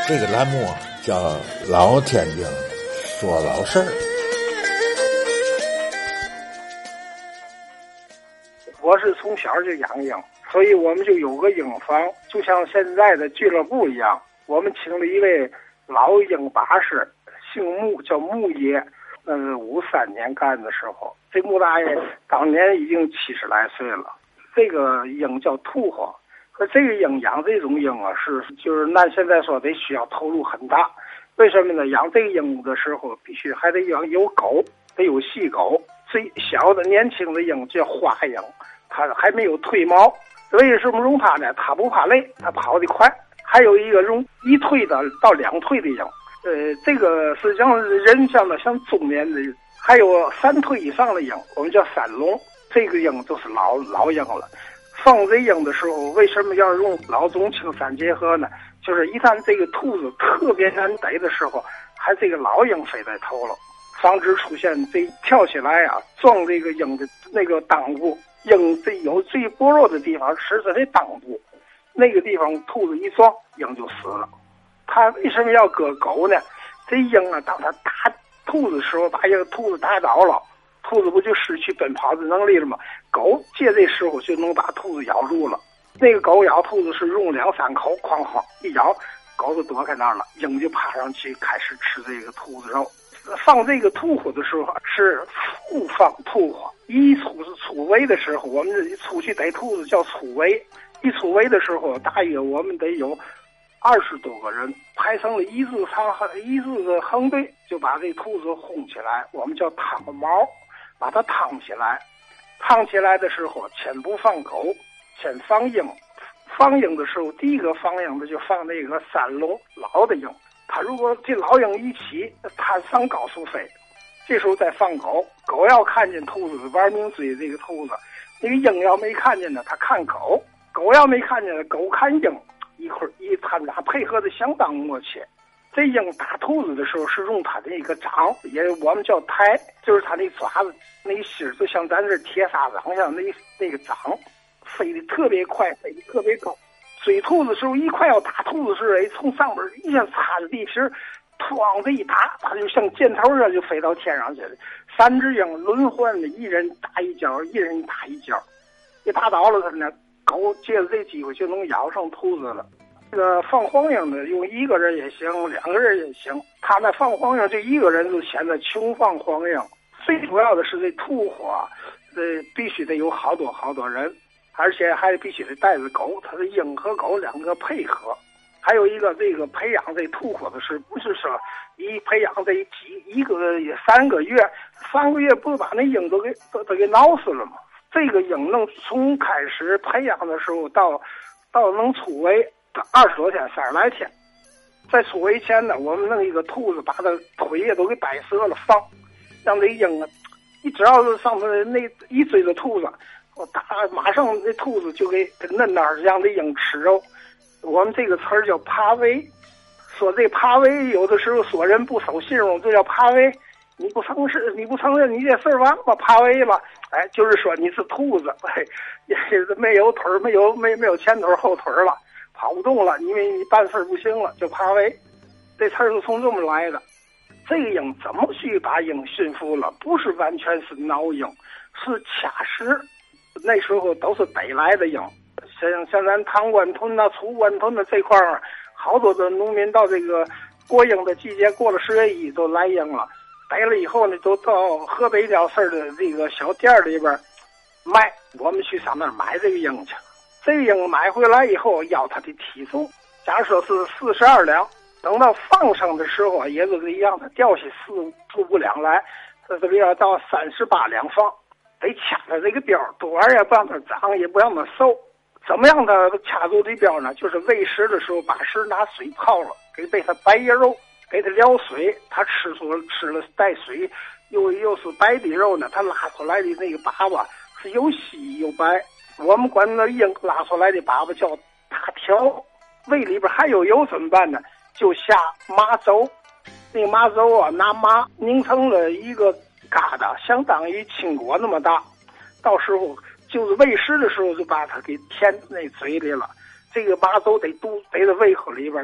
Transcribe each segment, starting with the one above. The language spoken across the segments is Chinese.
这个栏目叫老天津说老事儿。 我是从小就养鹰，所以我们就有个鹰房，就像现在的俱乐部一样。我们请了一位老鹰把式，姓穆，叫穆爷。53年干的时候，这穆大爷当年已经70来岁了。这个鹰叫兔火，可这个鹰养这种鹰啊，就是按现在说得需要投入很大。为什么呢？养这个鹰的时候，必须还得有狗，得有细狗。最小的年轻的鹰叫花鹰，它还没有褪毛。为什么用它呢？它不怕累，它跑得快。还有一个用1退到2退的鹰。这个实际上人像中年的，还有3退以上的鹰，我们叫三龙。这个鹰就是老鹰了。放这鹰的时候，为什么要用老中青三结合呢？就是一旦这个兔子特别难逮的时候，还这个老鹰飞在头了，防止出现这跳起来啊撞这个鹰的那个裆部。鹰这有最薄弱的地方是它的裆部，那个地方兔子一撞，鹰就死了。他为什么要搁狗呢？这鹰啊，当他打兔子的时候，把一个兔子打倒了，兔子不就失去奔跑的能力了吗？狗借这时候就能把兔子咬住了。那个狗咬兔子是用2、3口，哐哐一咬，狗就躲开那儿了，鹰就爬上去开始吃这个兔子肉。放这个兔火的时候是复放兔火，一出围的时候，我们出去逮兔子叫出围。一出围的时候，大约我们得有20多个人排成了一字的横队，就把这兔子轰起来，我们叫烫毛，把它烫起来。烫起来的时候，先不放狗，先放鹰。放鹰的时候，第一个放鹰的就放那个3龙老的鹰。他如果这老鹰一起，他上高速飞，这时候再放狗。狗要看见兔子，玩命追这个兔子；那个鹰要没看见呢，他看狗；狗要没看见，狗看鹰。他们俩配合的相当默契。这鹰打兔子的时候是用它的一个掌，也我们叫台，就是它那爪子那一芯就像咱这铁砂掌一样，那个掌飞得特别快，飞得特别高。追兔子的时候，一快要打兔子时，从上边一下擦着地皮，哐的一打，它就像箭头一样就飞到天上去了。3只鹰轮换的，一人打一脚，一人打一脚，一打倒了它呢，狗借着这机会就能咬上兔子了。这个放黄鹰的用1个人也行，2个人也行。他那放黄鹰就1个人就显得穷放黄鹰。最主要的是这兔火，必须得有好多人，而且还必须得带着狗，它的鹰和狗2个配合。还有一个这个培养这兔火的是不是说一培养这1个3个月，3个月不是把那鹰都给挠死了吗？这个鹰能从开始培养的时候到能出围20多天，30来天。在出围前呢，我们弄一个兔子，把它腿也都给掰折了放，让这鹰啊，只要是上头那一追着兔子，马上那兔子就给摁那儿，让这鹰吃肉。我们这个词儿叫扒围。说这扒围有的时候说人不守信用，就叫扒围。你不承认你这事儿完了，扒围了。哎，就是说你是兔子，也没有腿儿，没有前腿后腿了，跑不动了，因为你办事不行了，就扒围。这词儿是从这么来的。这个鹰怎么去把鹰驯服了？不是完全是挠鹰，是掐食。那时候都是逮来的鹰，像咱唐官屯呐、楚官屯的这块儿，好多的农民到这个过鹰的季节，过了10月1都来鹰了。逮了以后呢，都到河北鸟市的这个小店里边卖，我们去上那儿买这个鹰去。这个鹰买回来以后要它的体重，假如说是42两，等到放上的时候也就是让它掉下4-5两来，这个要到38两放，得掐着这个标，多玩也不让它长，也不让它瘦。怎么样它掐住这标呢？就是喂食的时候把食拿水泡了，给它白叶肉，给它撩水，它吃了带水，又是白的肉呢，它拉出来的那个粑粑是又稀又白。我们管那鹰拉出来的粑粑叫大条。胃里边还有油怎么办呢？就下麻粥。那个麻粥啊，拿麻拧成了一个疙瘩，相当于青果那么大。到时候就是喂食的时候就把它给填那嘴里了。这个麻粥得在胃口里边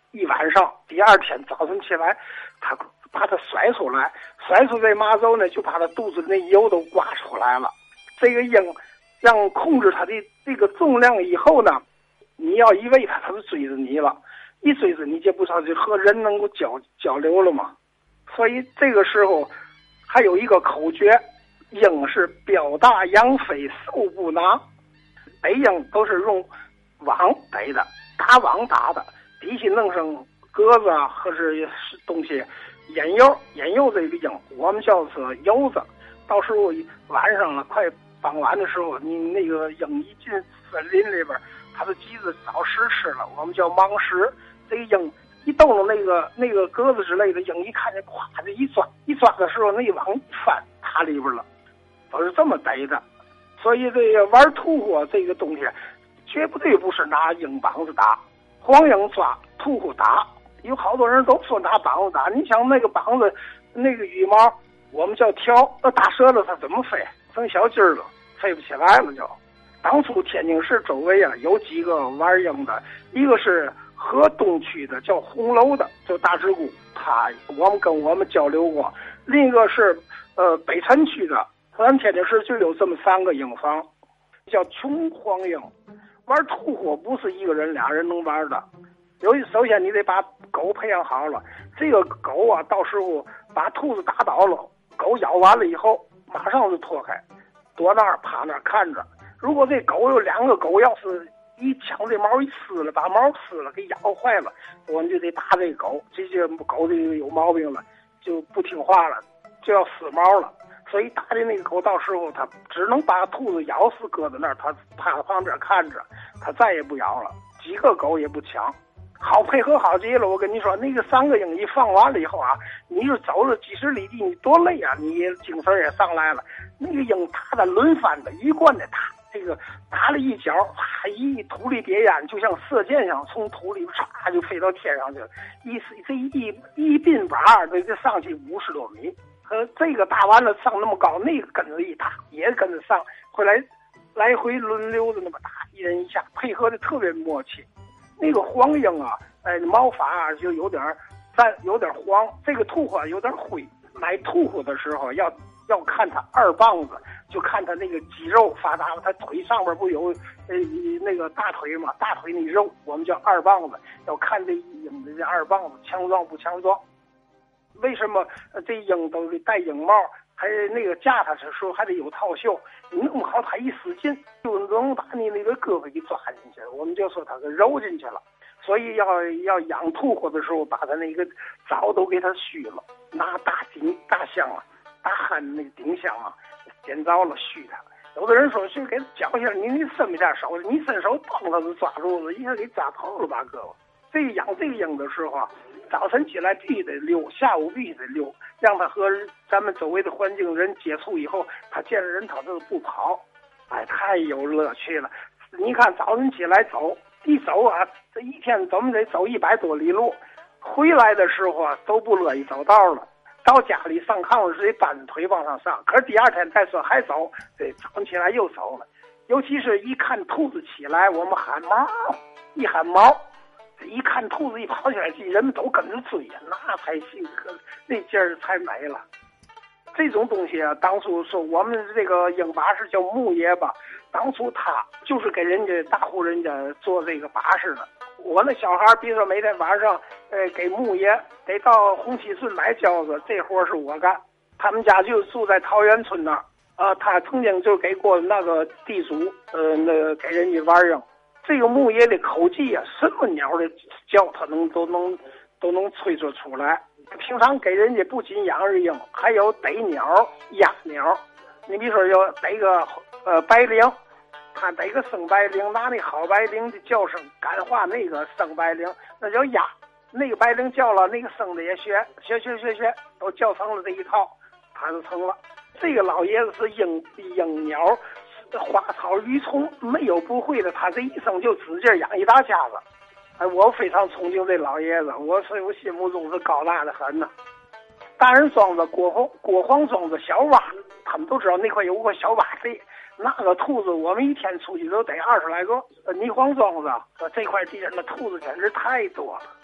一晚上，第二天早晨起来，他把它甩出来，甩出这麻粥呢，就把他肚子那油都刮出来了。这个鹰让控制它的这个重量以后呢，你要一喂它，它就追着你了，一追着你就不知道就和人能够交流了嘛。所以这个时候还有一个口诀，鹰是表大扬飞，手不拿。逮鹰都是用网逮的，打网打的，底下弄上鸽子啊，或是东西引诱这个鹰，我们叫是游子。到时候晚上了，快傍晚的时候，你那个鹰一进森林里边，它就急着找食吃了，我们叫忙食。这个鹰一动了那个鸽子之类的，鹰一看见，咵就一抓的时候，那网一翻，它里边了，都是这么逮的。所以这个玩吐火这个东西，绝对不是拿鹰膀子打，黄鹰抓，吐火打。有好多人都说拿膀子打，你想那个膀子那个羽毛，我们叫条，打折了它怎么飞？成小鸡儿了，飞不起来了就。当初天津市周围啊有几个玩鹰的，一个是河东区的叫红楼的，就大直沽，我们跟我们交流过。另一个是北辰区的。咱天津市就有这么3个鹰房，叫穷黄鹰。玩吐火不是一个人俩人能玩的，首先你得把狗培养好了。这个狗啊，到时候把兔子打倒了，狗咬完了以后，马上就脱开，躲那儿趴那儿看着。如果这狗有2个狗，要是一抢这毛一撕了，把毛撕了给咬坏了，我们就得打这狗。这些狗就有毛病了，就不听话了，就要撕毛了。所以打的那个狗到时候它只能把兔子咬死，搁在那儿，它趴在旁边看着，它再也不咬了，几个狗也不抢。好配合好极了，我跟你说，那个3个鹰一放完了以后啊，你就走了几十里地，你多累啊，你精神也上来了。那个鹰打的轮番的，鱼贯的打，这个打了一脚，一土里别烟，就像射箭一样，从土里唰就飞到天上去了，一并把这上去50多米。这个打完了上那么高，那个跟着一打也跟着上，回来来回轮流的那么打，一人一下，配合的特别默契。那个黄鹰啊，毛发啊就有点黄，这个吐火有点灰。买吐火的时候要看它2棒子，就看它那个肌肉发达了，它腿上边不有那个大腿嘛，大腿那肉我们叫2棒子，要看这鹰的这2棒子强壮不强壮。为什么这鹰都得戴鹰帽，还那个架它的时候还得有套袖？你弄好它一使劲，就能把你那个胳膊给抓进去了，我们就说它给揉进去了。所以要养吐火的时候，把它那个枣都给它续了，拿大香啊，大焊那个丁香啊，点着了续它。有的人说去给它绞一下，你伸不下手，你伸手碰它就抓住了，一下给抓透了把胳膊。这养这个鹰的时候啊，早晨起来必须得溜，下午必须得溜，让它和咱们周围的环境人接触以后，它见着人它就不跑，太有乐趣了。你看早晨起来一走啊，这一天咱们得走100多里路，回来的时候啊都不乐意走道了，到家里上炕是得搬着腿往上上，可是第2天再说还走，这早晨起来又走了。尤其是一看兔子起来，我们喊毛，一喊毛，一看兔子一跑起来，人们都跟着追，那才行，那劲儿才没了。这种东西啊，当初说我们这个鹰把式叫木爷吧，当初他就是给人家大户人家做这个把式的。我那小孩比如说每天晚上给木爷得到红旗村买饺子，这活是我干。他们家就住在桃源村那儿他曾经就给过那个地主给人家玩鹰。这个木爷的口技啊，什么鸟的叫他都能吹出来。平常给人家不仅养着鹰，还有逮鸟、压鸟。你比如说要逮个白绫，他逮个生白绫，拿那好白绫的叫声感化那个生白绫，那叫压。那个白绫叫了，那个生的也学，都叫成了这一套，他就成了。这个老爷子是鹰鸟。花草鱼虫没有不会的，他这一生就使劲养一大家子。我非常崇敬这老爷子，所以我心目中是高大的很呢。大人庄子、国黄庄子、小洼，他们都知道那块有个小洼地，那个兔子我们一天出去都得20来个。泥黄庄子这块地上的兔子简直太多了，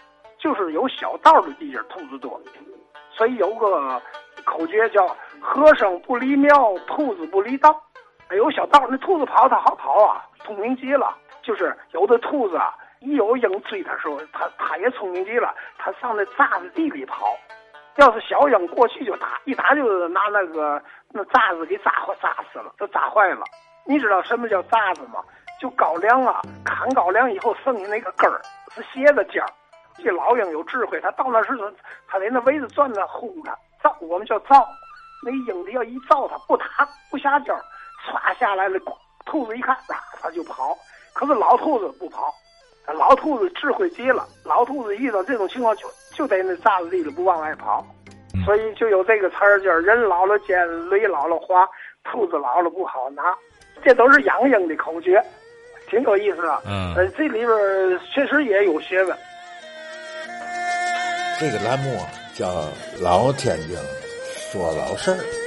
就是有小道的地界兔子多，所以有个口诀叫和尚不离庙，兔子不离道。有小道，那兔子跑它好跑啊，聪明极了。就是有的兔子啊，一有鹰追它时候，它也聪明极了，它上那栅子地里跑。要是小鹰过去就打，一打就拿那栅子给扎死了，都扎坏了。你知道什么叫栅子吗？就高粱啊，砍高粱以后剩下那个根儿是斜的尖儿。这老鹰有智慧，他到那时候他在那围着转着轰它，照我们叫照。那鹰的要一照它不下尖儿，唰下来了，兔子一看啊，它就跑。可是老兔子不跑，老兔子智慧极了，老兔子遇到这种情况就在那栅子里了，不往外跑。所以就有这个词儿叫人老了尖，雷老了滑，兔子老了不好拿。这都是养鹰的口诀，挺有意思的。这里边确实也有学问。 这个栏目叫老天津说老事儿。